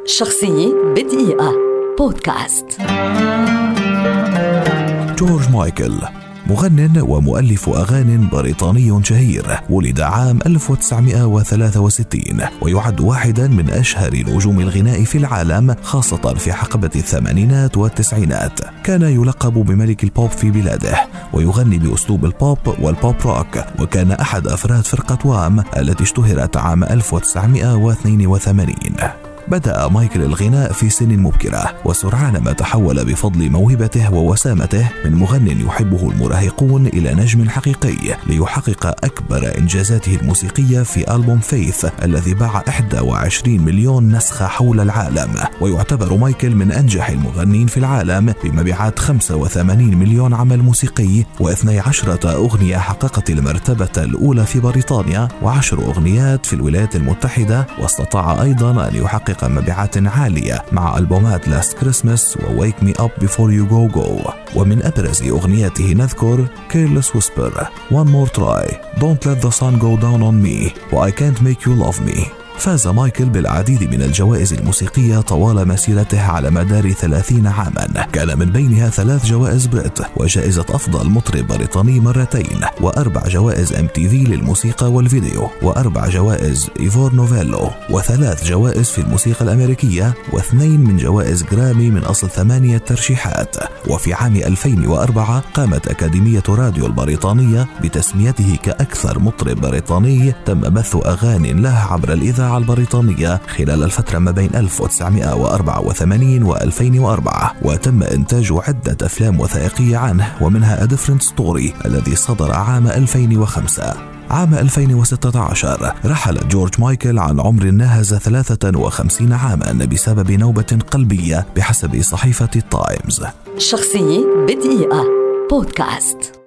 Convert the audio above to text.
شخصية بدقيقة بودكاست. جورج مايكل مغنٍ ومؤلف أغاني بريطاني شهير، ولد عام 1963 ويعد واحدا من أشهر نجوم الغناء في العالم، خاصة في حقبة الثمانينات والتسعينات. كان يلقب بملك البوب في بلاده، ويغني بأسلوب البوب والبوب روك، وكان أحد أفراد فرقة وام التي اشتهرت عام 1982. بدأ مايكل الغناء في سن مبكرة، وسرعان ما تحول بفضل موهبته ووسامته من مغن يحبه المراهقون إلى نجم حقيقي، ليحقق أكبر إنجازاته الموسيقية في ألبوم فيث الذي باع 21 مليون نسخة حول العالم. ويعتبر مايكل من أنجح المغنين في العالم بمبيعات 85 مليون عمل موسيقي، و12 أغنية حققت المرتبة الأولى في بريطانيا، و10 أغنيات في الولايات المتحدة. واستطاع أيضا أن يحقق مبيعات عالية مع ألبومات Last Christmas و Wake Me Up Before You Go Go. ومن أبرز أغنياته نذكر Careless Whisper, One More Try, Don't Let the Sun Go Down on Me و I Can't Make You Love Me. فاز مايكل بالعديد من الجوائز الموسيقية طوال مسيرته على مدار 30 عاما، كان من بينها 3 جوائز بريت، وجائزة أفضل مطرب بريطاني مرتين، و4 جوائز MTV للموسيقى والفيديو، و4 جوائز إيفور نوفيلو، و3 جوائز في الموسيقى الأمريكية، و2 من جوائز جرامي من أصل 8 ترشيحات. وفي عام 2004 قامت أكاديمية راديو البريطانية بتسميته كأكثر مطرب بريطاني تم بث أغاني له عبر الإذاعة البريطانية خلال الفترة ما بين 1984 و 2004. وتم إنتاج عدة أفلام وثائقية عنه، ومنها A Different Story الذي صدر عام 2005. عام 2016 رحل جورج مايكل عن عمر ناهز 53 عاما بسبب نوبة قلبية بحسب صحيفة التايمز. شخصية بدقيقة بودكاست.